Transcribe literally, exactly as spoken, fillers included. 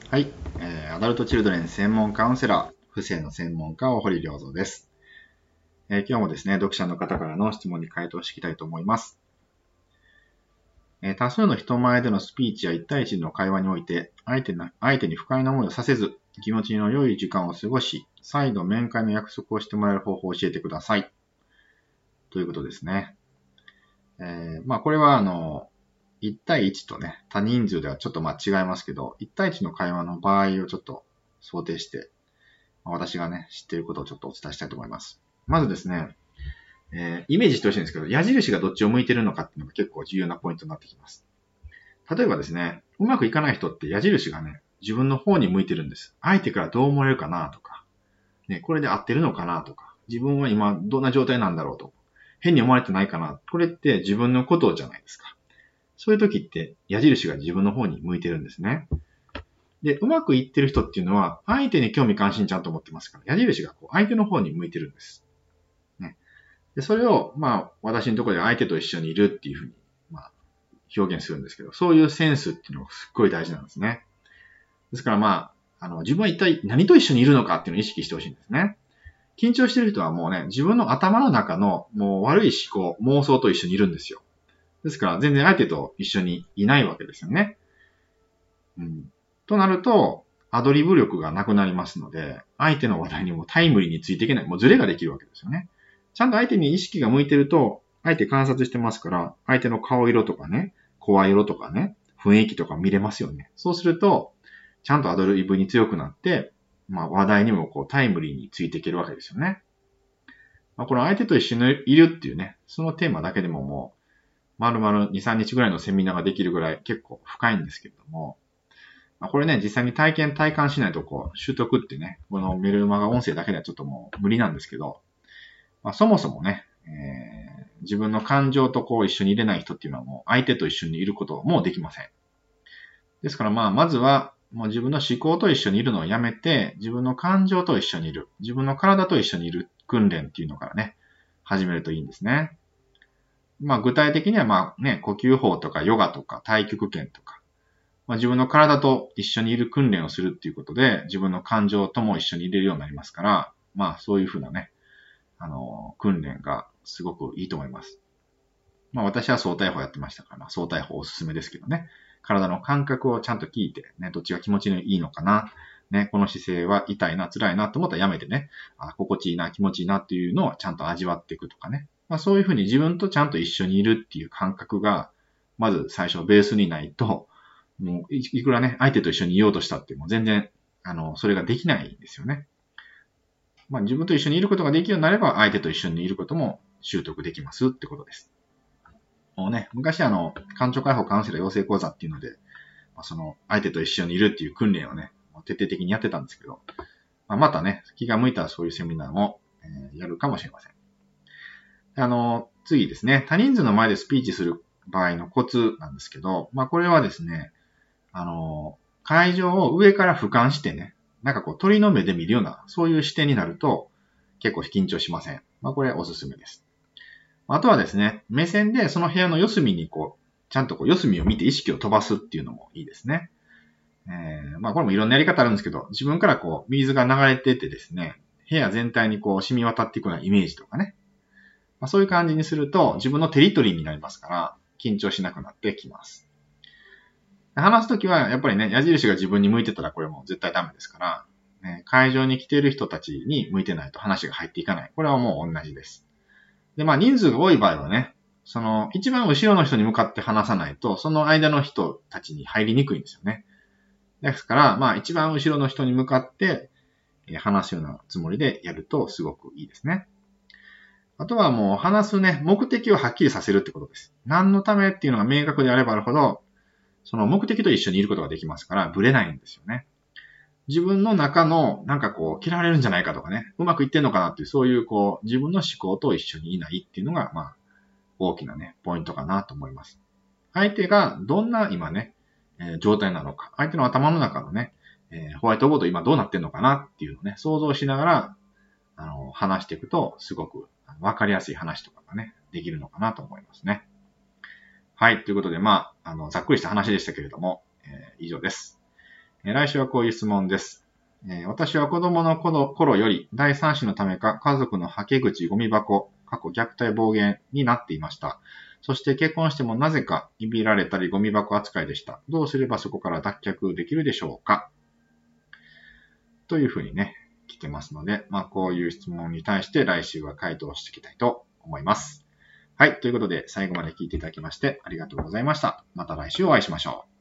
はい、えー、アダルトチルドレン専門カウンセラー、不正の専門家、大堀良三です、えー。今日もですね、読者の方からの質問に回答していきたいと思います。えー、多数の人前でのスピーチや一対一の会話において、相手な相手に不快な思いをさせず、気持ちの良い時間を過ごし、再度面会の約束をしてもらえる方法を教えてください。ということですね。えー、まあこれはあの、いち対いちとね、多人数ではちょっとまあ違いますけど、いち対いちの会話の場合をちょっと想定して、私がね、知っていることをちょっとお伝えしたいと思います。まずですね、えー、イメージしてほしいんですけど、矢印がどっちを向いてるのかっていうのが結構重要なポイントになってきます。例えばですね、うまくいかない人って矢印がね、自分の方に向いてるんです。相手からどう思われるかなとか、ね、これで合ってるのかなとか、自分は今どんな状態なんだろうと、変に思われてないかな、これって自分のことじゃないですか。そういう時って矢印が自分の方に向いてるんですね。で、うまくいってる人っていうのは、相手に興味関心ちゃんと持ってますから、矢印がこう相手の方に向いてるんです。ね。で、それを、まあ、私のところで相手と一緒にいるっていうふうに、まあ、表現するんですけど、そういうセンスっていうのがすっごい大事なんですね。ですからまあ、あの、自分は一体何と一緒にいるのかっていうのを意識してほしいんですね。緊張してる人はもうね、自分の頭の中のもう悪い思考、妄想と一緒にいるんですよ。ですから全然相手と一緒にいないわけですよね。うん。となると、アドリブ力がなくなりますので、相手の話題にもタイムリーについていけない。もうズレができるわけですよね。ちゃんと相手に意識が向いてると、相手観察してますから、相手の顔色とかね、声色とかね、雰囲気とか見れますよね。そうすると、ちゃんとアドリブに強くなって、まあ話題にもこうタイムリーについていけるわけですよね。まあ、この相手と一緒にいるっていうね、そのテーマだけでももう、丸々に、さんにちぐらいのセミナーができるぐらい結構深いんですけれども、まあ、これね、実際に体験、体感しないとこう、習得ってね、このメルマガ音声だけではちょっともう無理なんですけど、まあ、そもそもね、えー、自分の感情とこう一緒にいれない人っていうのはもう相手と一緒にいることもできません。ですからまあ、まずは、もう自分の思考と一緒にいるのをやめて、自分の感情と一緒にいる、自分の体と一緒にいる訓練っていうのからね、始めるといいんですね。まあ具体的にはまあね、呼吸法とかヨガとか太極拳とか、まあ、自分の体と一緒にいる訓練をするっていうことで、自分の感情とも一緒にいれるようになりますから、まあそういうふうなね、あの、訓練がすごくいいと思います。まあ私は相対法やってましたから、まあ、相対法おすすめですけどね。体の感覚をちゃんと聞いて、ね、どっちが気持ちのいいのかな。ね、この姿勢は痛いな、辛いなと思ったらやめてね、あ、心地いいな、気持ちいいなっていうのをちゃんと味わっていくとかね。まあそういうふうに自分とちゃんと一緒にいるっていう感覚が、まず最初ベースにないと、もうい、いくらね、相手と一緒にいようとしたってもう全然、あの、それができないんですよね。まあ自分と一緒にいることができるようになれば、相手と一緒にいることも習得できますってことです。もうね、昔あの、感情解放カウンセラー養成講座っていうので、まあ、その、相手と一緒にいるっていう訓練をね、徹底的にやってたんですけど、まあ、またね、気が向いたらそういうセミナーも、えー、やるかもしれません。あの、次ですね、多人数の前でスピーチする場合のコツなんですけど、まあこれはですね、あの、会場を上から俯瞰してね、なんかこう鳥の目で見るような、そういう視点になると結構緊張しません。まあこれはおすすめです。あとはですね、目線でその部屋の四隅にこう、ちゃんとこう四隅を見て意識を飛ばすっていうのもいいですね。えー、まあこれもいろんなやり方あるんですけど、自分からこう水が流れててですね、部屋全体にこう染み渡っていくようなイメージとかね。まあ、そういう感じにすると自分のテリトリーになりますから、緊張しなくなってきます。話すときはやっぱりね、矢印が自分に向いてたらこれも絶対ダメですから、ね、会場に来ている人たちに向いてないと話が入っていかない。これはもう同じです。で、まあ人数が多い場合はね、その一番後ろの人に向かって話さないと、その間の人たちに入りにくいんですよね。ですから、まあ一番後ろの人に向かって話すようなつもりでやるとすごくいいですね。あとはもう話すね、目的をはっきりさせるってことです。何のためっていうのが明確であればあるほど、その目的と一緒にいることができますから、ブレないんですよね。自分の中の、なんかこう、嫌われるんじゃないかとかね、うまくいってんのかなっていう、そういうこう、自分の思考と一緒にいないっていうのが、まあ、大きなね、ポイントかなと思います。相手がどんな今ね、えー、状態なのか、相手の頭の中のね、えー、ホワイトボード今どうなってんのかなっていうのをね、想像しながら、あの、話していくと、すごくわかりやすい話とかがね、できるのかなと思いますね。はい。ということで、まあ、あの、ざっくりした話でしたけれども、えー、以上です。 えー、来週はこういう質問です。えー、私は子供の頃、頃より第三子のためか家族のはけ口ゴミ箱、過去虐待暴言になっていました。そして結婚してもなぜかいびられたりゴミ箱扱いでした。どうすればそこから脱却できるでしょうか、というふうにね、来てますので、まあこういう質問に対して来週は回答していきたいと思います。はい。ということで最後まで聞いていただきましてありがとうございました。また来週お会いしましょう。